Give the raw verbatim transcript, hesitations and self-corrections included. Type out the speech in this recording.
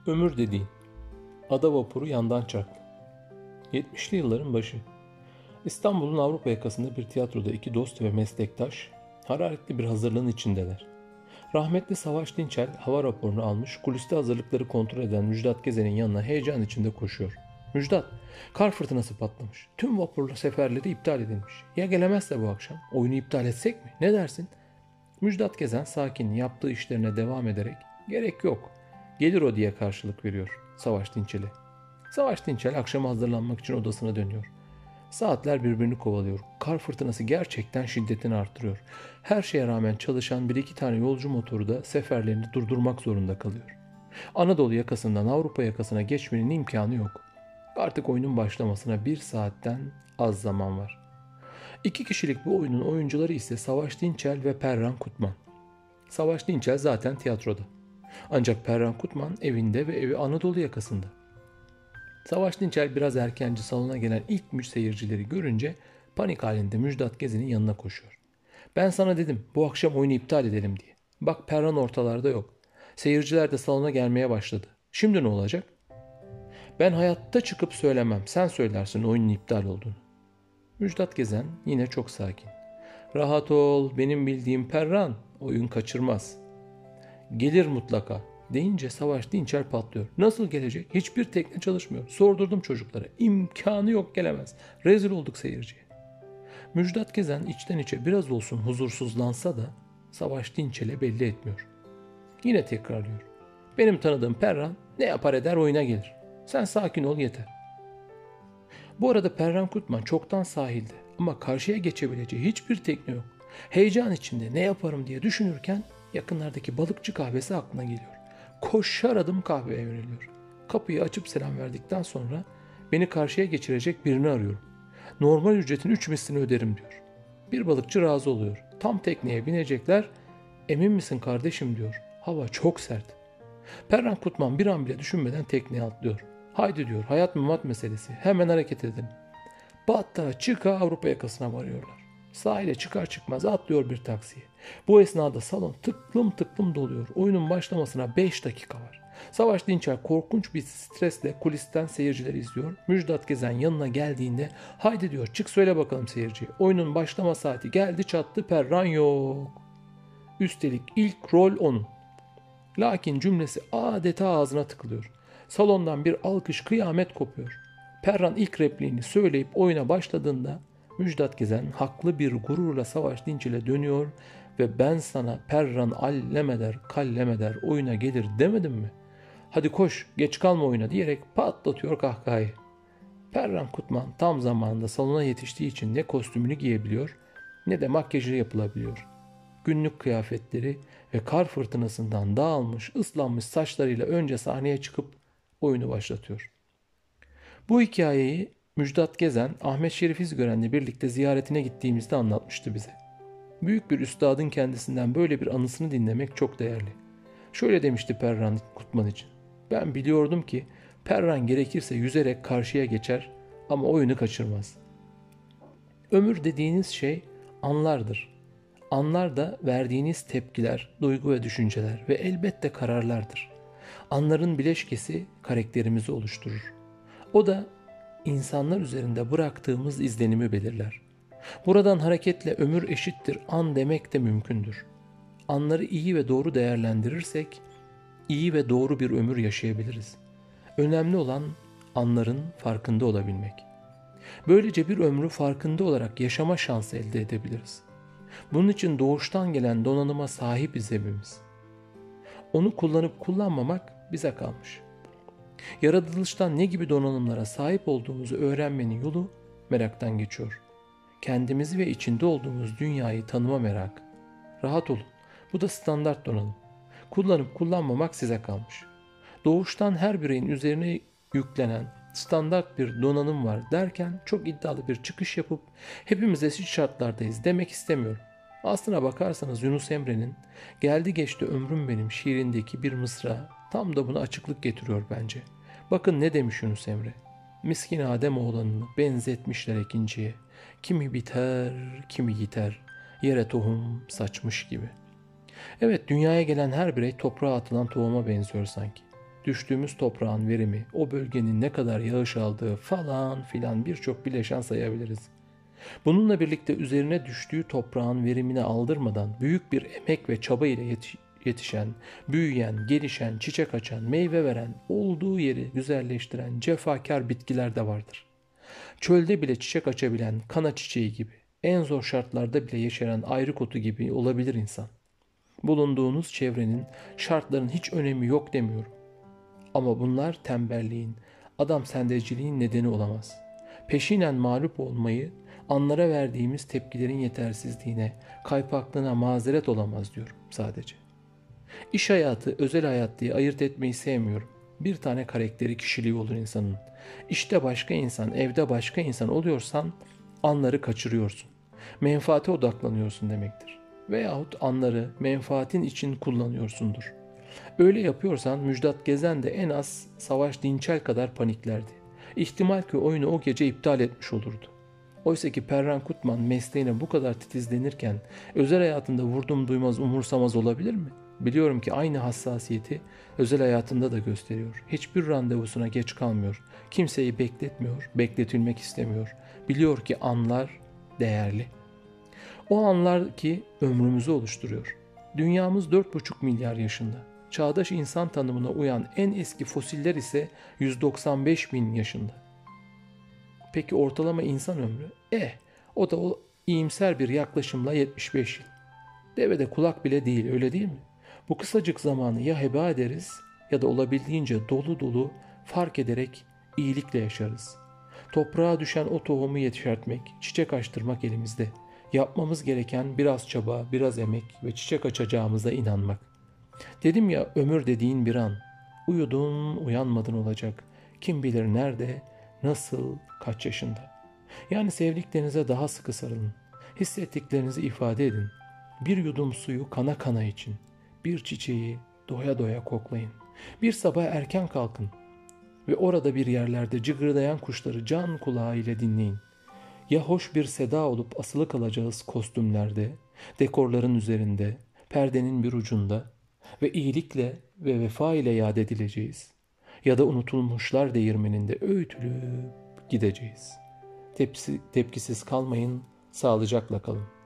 Ömür dediğin. Ada vapuru yandan çarptı. yetmişli yılların başı. İstanbul'un Avrupa yakasında bir tiyatroda iki dost ve meslektaş hararetli bir hazırlığın içindeler. Rahmetli Savaş Dinçer hava raporunu almış, kuliste hazırlıkları kontrol eden Müjdat Gezen'in yanına heyecan içinde koşuyor. Müjdat, kar fırtınası patlamış. Tüm vapurla seferleri iptal edilmiş. Ya gelemezse bu akşam? Oyunu iptal etsek mi? Ne dersin? Müjdat Gezen sakin yaptığı işlerine devam ederek gerek yok, gelir o diye karşılık veriyor Savaş Dinçel'e. Savaş Dinçel akşama hazırlanmak için odasına dönüyor. Saatler birbirini kovalıyor. Kar fırtınası gerçekten şiddetini artırıyor. Her şeye rağmen çalışan bir iki tane yolcu motoru da seferlerini durdurmak zorunda kalıyor. Anadolu yakasından Avrupa yakasına geçmenin imkanı yok. Artık oyunun başlamasına bir saatten az zaman var. İki kişilik bu oyunun oyuncuları ise Savaş Dinçel ve Perran Kutman. Savaş Dinçel zaten tiyatroda. Ancak Perran Kutman evinde ve evi Anadolu yakasında. Savaş Dinçer biraz erkenci salona gelen ilk müş seyircileri görünce panik halinde Müjdat Gezen'in yanına koşuyor. Ben sana dedim bu akşam oyunu iptal edelim diye. Bak Perran ortalarda yok. Seyirciler de salona gelmeye başladı. Şimdi ne olacak? Ben hayatta çıkıp söylemem. Sen söylersin oyunun iptal olduğunu. Müjdat Gezen yine çok sakin. Rahat ol, benim bildiğim Perran oyun kaçırmaz. Gelir mutlaka deyince Savaş Dinçer patlıyor. Nasıl gelecek? Hiçbir tekne çalışmıyor. Sordurdum çocuklara. İmkanı yok, gelemez. Rezil olduk seyirciye. Müjdat Gezen içten içe biraz olsun huzursuzlansa da Savaş Dinçel'e belli etmiyor. Yine tekrarlıyor. Benim tanıdığım Perran ne yapar eder oyuna gelir. Sen sakin ol yeter. Bu arada Perran Kutman çoktan sahilde ama karşıya geçebileceği hiçbir tekne yok. Heyecan içinde ne yaparım diye düşünürken yakınlardaki balıkçı kahvesi aklına geliyor. Koşar adım kahveye yöneliyor. Kapıyı açıp selam verdikten sonra beni karşıya geçirecek birini arıyorum. Normal ücretin üç mislini öderim diyor. Bir balıkçı razı oluyor. Tam tekneye binecekler. Emin misin kardeşim diyor. Hava çok sert. Perran Kutman bir an bile düşünmeden tekneye atlıyor. Haydi diyor, hayat memat meselesi. Hemen hareket edelim. Batta çıka Avrupa yakasına varıyorlar. Sahile çıkar çıkmaz atlıyor bir taksiye. Bu esnada salon tıklım tıklım doluyor. Oyunun başlamasına beş dakika var. Savaş Dinçer korkunç bir stresle kulisten seyircileri izliyor. Müjdat Gezen yanına geldiğinde haydi diyor çık söyle bakalım seyirciye. Oyunun başlama saati geldi çattı, Perran yok. Üstelik ilk rol onun. Lakin cümlesi adeta ağzına tıkılıyor. Salondan bir alkış kıyamet kopuyor. Perran ilk repliğini söyleyip oyuna başladığında Müjdat Gezen haklı bir gururla Savaş Dinçel'e dönüyor ve ben sana Perran allemeder kallemeder oyuna gelir demedim mi? Hadi koş geç kalma oyuna diyerek patlatıyor kahkahayı. Perran Kutman tam zamanında salona yetiştiği için ne kostümünü giyebiliyor ne de makyajı yapılabiliyor. Günlük kıyafetleri ve kar fırtınasından dağılmış, ıslanmış saçlarıyla önce sahneye çıkıp oyunu başlatıyor. Bu hikayeyi Müjdat Gezen, Ahmet Şerif İzgören'le birlikte ziyaretine gittiğimizde anlatmıştı bize. Büyük bir üstadın kendisinden böyle bir anısını dinlemek çok değerli. Şöyle demişti Perran Kutman için. Ben biliyordum ki Perran gerekirse yüzerek karşıya geçer ama oyunu kaçırmaz. Ömür dediğiniz şey anlardır. Anlar da verdiğiniz tepkiler, duygu ve düşünceler ve elbette kararlardır. Anların bileşkesi karakterimizi oluşturur. O da insanlar üzerinde bıraktığımız izlenimi belirler. Buradan hareketle ömür eşittir an demek de mümkündür. Anları iyi ve doğru değerlendirirsek iyi ve doğru bir ömür yaşayabiliriz. Önemli olan anların farkında olabilmek. Böylece bir ömrü farkında olarak yaşama şansı elde edebiliriz. Bunun için doğuştan gelen donanıma sahibiz hepimiz. Onu kullanıp kullanmamak bize kalmış. Yaratılıştan ne gibi donanımlara sahip olduğumuzu öğrenmenin yolu meraktan geçiyor. Kendimizi ve içinde olduğumuz dünyayı tanıma merakı. Rahat olun. Bu da standart donanım. Kullanıp kullanmamak size kalmış. Doğuştan her bireyin üzerine yüklenen standart bir donanım var derken çok iddialı bir çıkış yapıp hepimiz eşit şartlardayız demek istemiyorum. Aslına bakarsanız Yunus Emre'nin "Geldi geçti ömrüm benim" şiirindeki bir mısra tam da buna açıklık getiriyor bence. Bakın ne demiş Yunus Emre. Miskin Adem oğlanını benzetmişler ikinciye. Kimi biter, kimi yiter, yere tohum saçmış gibi. Evet, dünyaya gelen her birey toprağa atılan tohuma benziyor sanki. düştüğümüz toprağın verimi, o bölgenin ne kadar yağış aldığı falan filan birçok bileşen sayabiliriz. Bununla birlikte üzerine düştüğü toprağın verimini aldırmadan büyük bir emek ve çaba ile yetiş yetişen, büyüyen, gelişen, çiçek açan, meyve veren, olduğu yeri güzelleştiren cefakar bitkiler de vardır. Çölde bile çiçek açabilen kana çiçeği gibi, en zor şartlarda bile yeşeren ayrık otu gibi olabilir insan. Bulunduğunuz çevrenin, şartların hiç önemi yok demiyorum. Ama bunlar tembelliğin, adam sendeciliğin nedeni olamaz. Peşinen mağlup olmayı, anlara verdiğimiz tepkilerin yetersizliğine, kaypaklığına mazeret olamaz diyorum sadece. İş hayatı, özel hayat diye ayırt etmeyi sevmiyorum. Bir tane karakteri, kişiliği olur insanın. İşte başka insan, evde başka insan oluyorsan anları kaçırıyorsun. Menfaate odaklanıyorsun demektir. Veyahut anları menfaatin için kullanıyorsundur. Öyle yapıyorsan Müjdat Gezen de en az Savaş Dinçel kadar paniklerdi. İhtimal ki oyunu o gece iptal etmiş olurdu. Oysa ki Perran Kutman mesleğine bu kadar titizlenirken özel hayatında vurdum duymaz umursamaz olabilir mi? Biliyorum ki aynı hassasiyeti özel hayatında da gösteriyor. Hiçbir randevusuna geç kalmıyor. Kimseyi bekletmiyor, bekletilmek istemiyor. Biliyor ki anlar değerli. O anlar ki ömrümüzü oluşturuyor. Dünyamız dört buçuk milyar yaşında. Çağdaş insan tanımına uyan en eski fosiller ise yüz doksan beş bin yaşında. Peki ortalama insan ömrü? Eh, o da o iyimser bir yaklaşımla yetmiş beş yıl. Devede kulak bile değil, öyle değil mi? Bu kısacık zamanı ya heba ederiz ya da olabildiğince dolu dolu fark ederek iyilikle yaşarız. Toprağa düşen o tohumu yetiştirmek, çiçek açtırmak elimizde. Yapmamız gereken biraz çaba, biraz emek ve çiçek açacağımıza inanmak. Dedim ya, ömür dediğin bir an. Uyudun, uyanmadın olacak. Kim bilir nerede, nasıl, kaç yaşında. Yani sevdiklerinize daha sıkı sarılın. Hissettiklerinizi ifade edin. Bir yudum suyu kana kana için. Bir çiçeği doya doya koklayın. Bir sabah erken kalkın. Ve orada bir yerlerde cıgırdayan kuşları can kulağı ile dinleyin. Ya hoş bir seda olup asılı kalacağız kostümlerde, dekorların üzerinde, perdenin bir ucunda ve iyilikle ve vefa ile yad edileceğiz. Ya da unutulmuşlar değirmeninde öğütülüp gideceğiz. Tepsi, tepkisiz kalmayın, sağlıcakla kalın.